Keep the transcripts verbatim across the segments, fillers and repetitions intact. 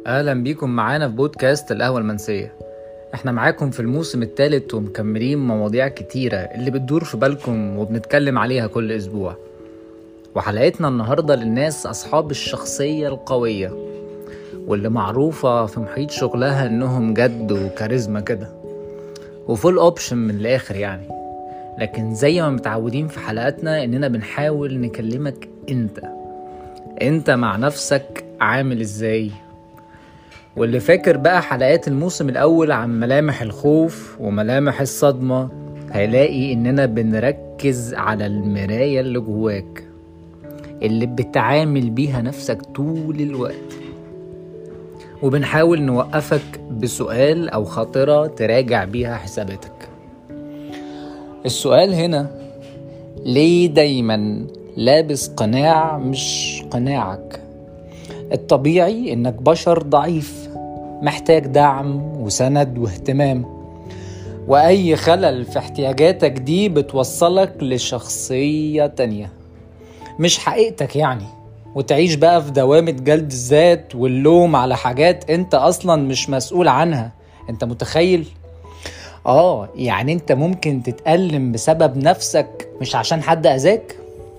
اهلا بيكم معانا في بودكاست القهوة المنسية. احنا معاكم في الموسم الثالث ومكملين مواضيع كتيرة اللي بتدور في بالكم وبنتكلم عليها كل اسبوع. وحلقتنا النهاردة للناس اصحاب الشخصية القوية واللي معروفة في محيط شغلها انهم جد وكاريزما كده وفول اوبشن من الاخر يعني. لكن زي ما متعودين في حلقاتنا اننا بنحاول نكلمك انت انت مع نفسك عامل ازاي. واللي فاكر بقى حلقات الموسم الأول عن ملامح الخوف وملامح الصدمة هيلاقي إننا بنركز على المراية اللي جواك اللي بتعامل بيها نفسك طول الوقت، وبنحاول نوقفك بسؤال أو خاطرة تراجع بيها حساباتك. السؤال هنا: ليه دايما لابس قناع مش قناعك؟ الطبيعي إنك بشر ضعيف محتاج دعم وسند واهتمام، وأي خلل في احتياجاتك دي بتوصلك لشخصية تانية مش حقيقتك يعني، وتعيش بقى في دوامة جلد الذات واللوم على حاجات انت أصلا مش مسؤول عنها. انت متخيل؟ آه يعني انت ممكن تتألم بسبب نفسك مش عشان حد أذاك.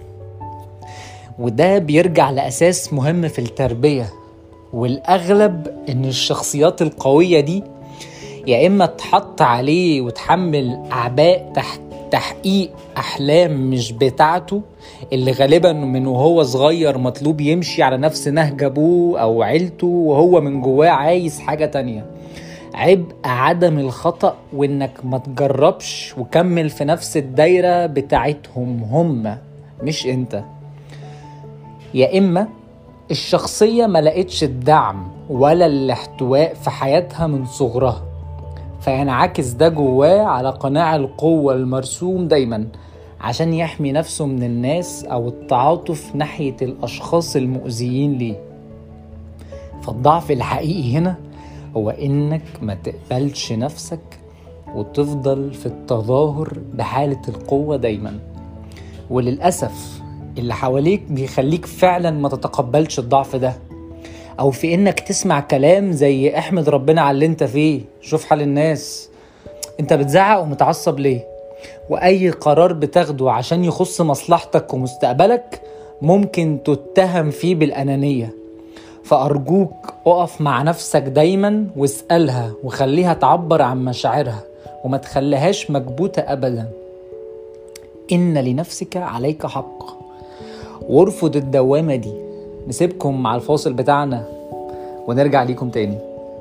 وده بيرجع لأساس مهم في التربية، والأغلب إن الشخصيات القوية دي يا إما تحط عليه وتحمل أعباء تحت تحقيق أحلام مش بتاعته، اللي غالبا من وهو صغير مطلوب يمشي على نفس نهج أبوه أو عيلته وهو من جواه عايز حاجة تانية. عبء عدم الخطأ وإنك ما تجربش وكمل في نفس الدايرة بتاعتهم هم مش أنت. يا إما الشخصية ما لقيتش الدعم ولا الاحتواء في حياتها من صغرها، فينعكس ده جواه على قناع القوة المرسوم دايما عشان يحمي نفسه من الناس أو التعاطف ناحية الأشخاص المؤذيين ليه. فالضعف الحقيقي هنا هو إنك ما تقبلش نفسك وتفضل في التظاهر بحالة القوة دايما. وللأسف اللي حواليك بيخليك فعلا ما تتقبلش الضعف ده، او في انك تسمع كلام زي احمد ربنا على اللي انت فيه، شوف حال الناس، انت بتزعق ومتعصب ليه؟ واي قرار بتاخده عشان يخص مصلحتك ومستقبلك ممكن تتهم فيه بالانانية. فارجوك اقف مع نفسك دايما واسألها وخليها تعبر عن مشاعرها وما تخليهاش مكبوتة ابدا. ان لنفسك عليك حق، وارفض الدوامة دي. نسيبكم مع الفاصل بتاعنا ونرجع ليكم تاني.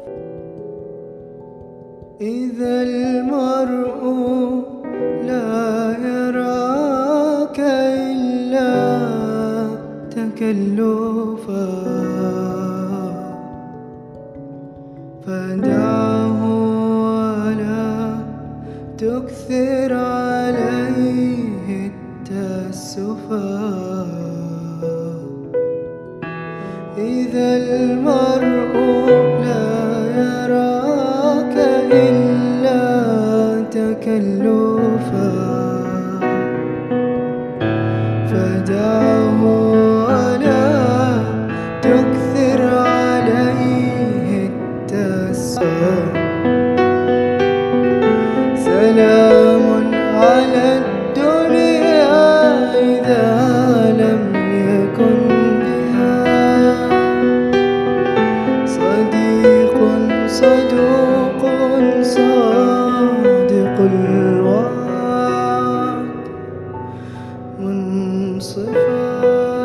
إذا المرء لا يراك إلا تكلفا فدعه ولا تكثر عليه التأسفا. إذا المرء لا يراك إلا تكلفا فدعه ولا تكثر عليه التأسف. سلام على الدنيا إذا لم يكن صدوق صادق الوعد منصفا.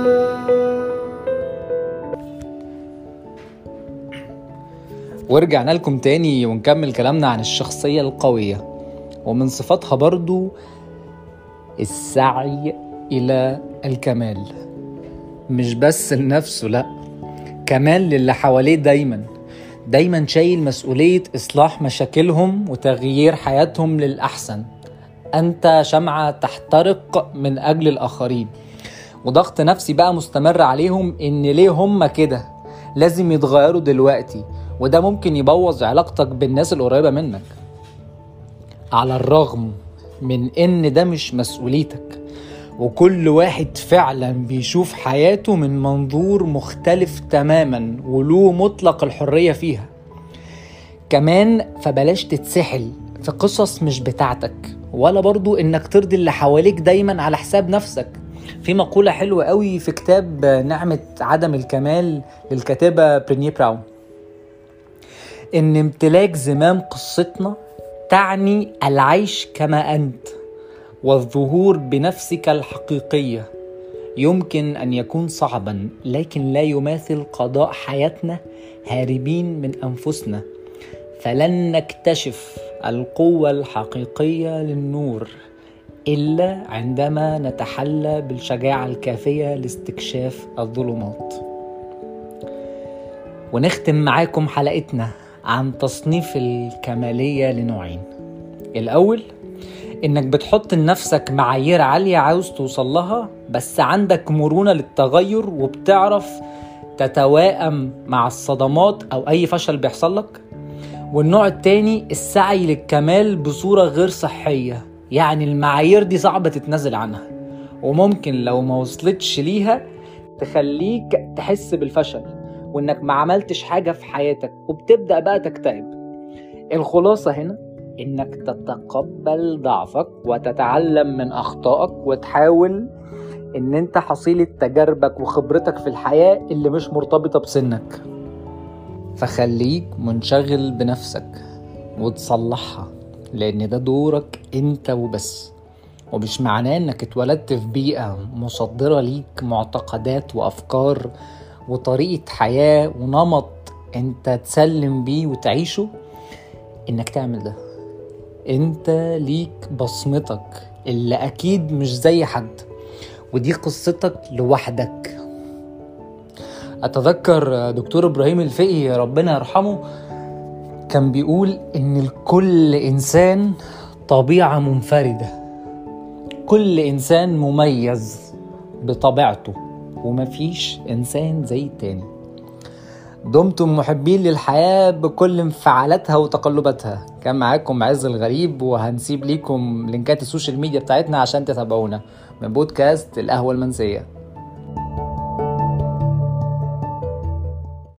ورجعنا لكم تاني ونكمل كلامنا عن الشخصية القوية، ومن صفاتها برضو السعي إلى الكمال، مش بس لنفسه لأ كمان للي حواليه. دايما دايما شايل مسؤولية إصلاح مشاكلهم وتغيير حياتهم للأحسن. أنت شمعة تحترق من أجل الآخرين، وضغط نفسي بقى مستمر عليهم إن ليه هم كده لازم يتغيروا دلوقتي، وده ممكن يبوظ علاقتك بالناس القريبة منك. على الرغم من إن ده مش مسؤوليتك وكل واحد فعلا بيشوف حياته من منظور مختلف تماما وله مطلق الحرية فيها. كمان فبلاش تتسحل في قصص مش بتاعتك، ولا برضو انك ترضي اللي حواليك دايما على حساب نفسك. في مقولة حلوة قوي في كتاب نعمة عدم الكمال للكاتبة برينيه براون، ان امتلاك زمام قصتنا تعني العيش كما انت والظهور بنفسك الحقيقية. يمكن ان يكون صعبا، لكن لا يماثل قضاء حياتنا هاربين من انفسنا. فلن نكتشف القوة الحقيقية للنور إلا عندما نتحلى بالشجاعة الكافية لاستكشاف الظلمات. ونختم معاكم حلقتنا عن تصنيف الكمالية لنوعين. الأول، إنك بتحط لنفسك معايير عالية عاوز توصلها، بس عندك مرونة للتغير وبتعرف تتوائم مع الصدمات أو أي فشل بيحصل لك. والنوع التاني، السعي للكمال بصورة غير صحية، يعني المعايير دي صعبة تتنازل عنها، وممكن لو ما وصلتش ليها تخليك تحس بالفشل وانك ما عملتش حاجة في حياتك، وبتبدأ بقى تكتئب. الخلاصة هنا انك تتقبل ضعفك وتتعلم من اخطائك، وتحاول ان انت حصيلة تجاربك وخبرتك في الحياة اللي مش مرتبطة بسنك. فخليك منشغل بنفسك وتصلحها، لان ده دورك انت وبس. ومش معناه انك اتولدت في بيئة مصدرة ليك معتقدات وافكار وطريقة حياة ونمط انت تسلم بيه وتعيشه انك تعمل ده. انت ليك بصمتك اللي اكيد مش زي حد، ودي قصتك لوحدك. اتذكر دكتور ابراهيم الفقي ربنا يرحمه كان بيقول ان لكل انسان طبيعة منفردة، كل انسان مميز بطبيعته ومفيش انسان زي التاني. دمتم محبين للحياة بكل انفعالاتها وتقلباتها. كان معاكم عز الغريب، وهنسيب ليكم لينكات السوشيال ميديا بتاعتنا عشان تتابعونا من بودكاست القهوة المنسية.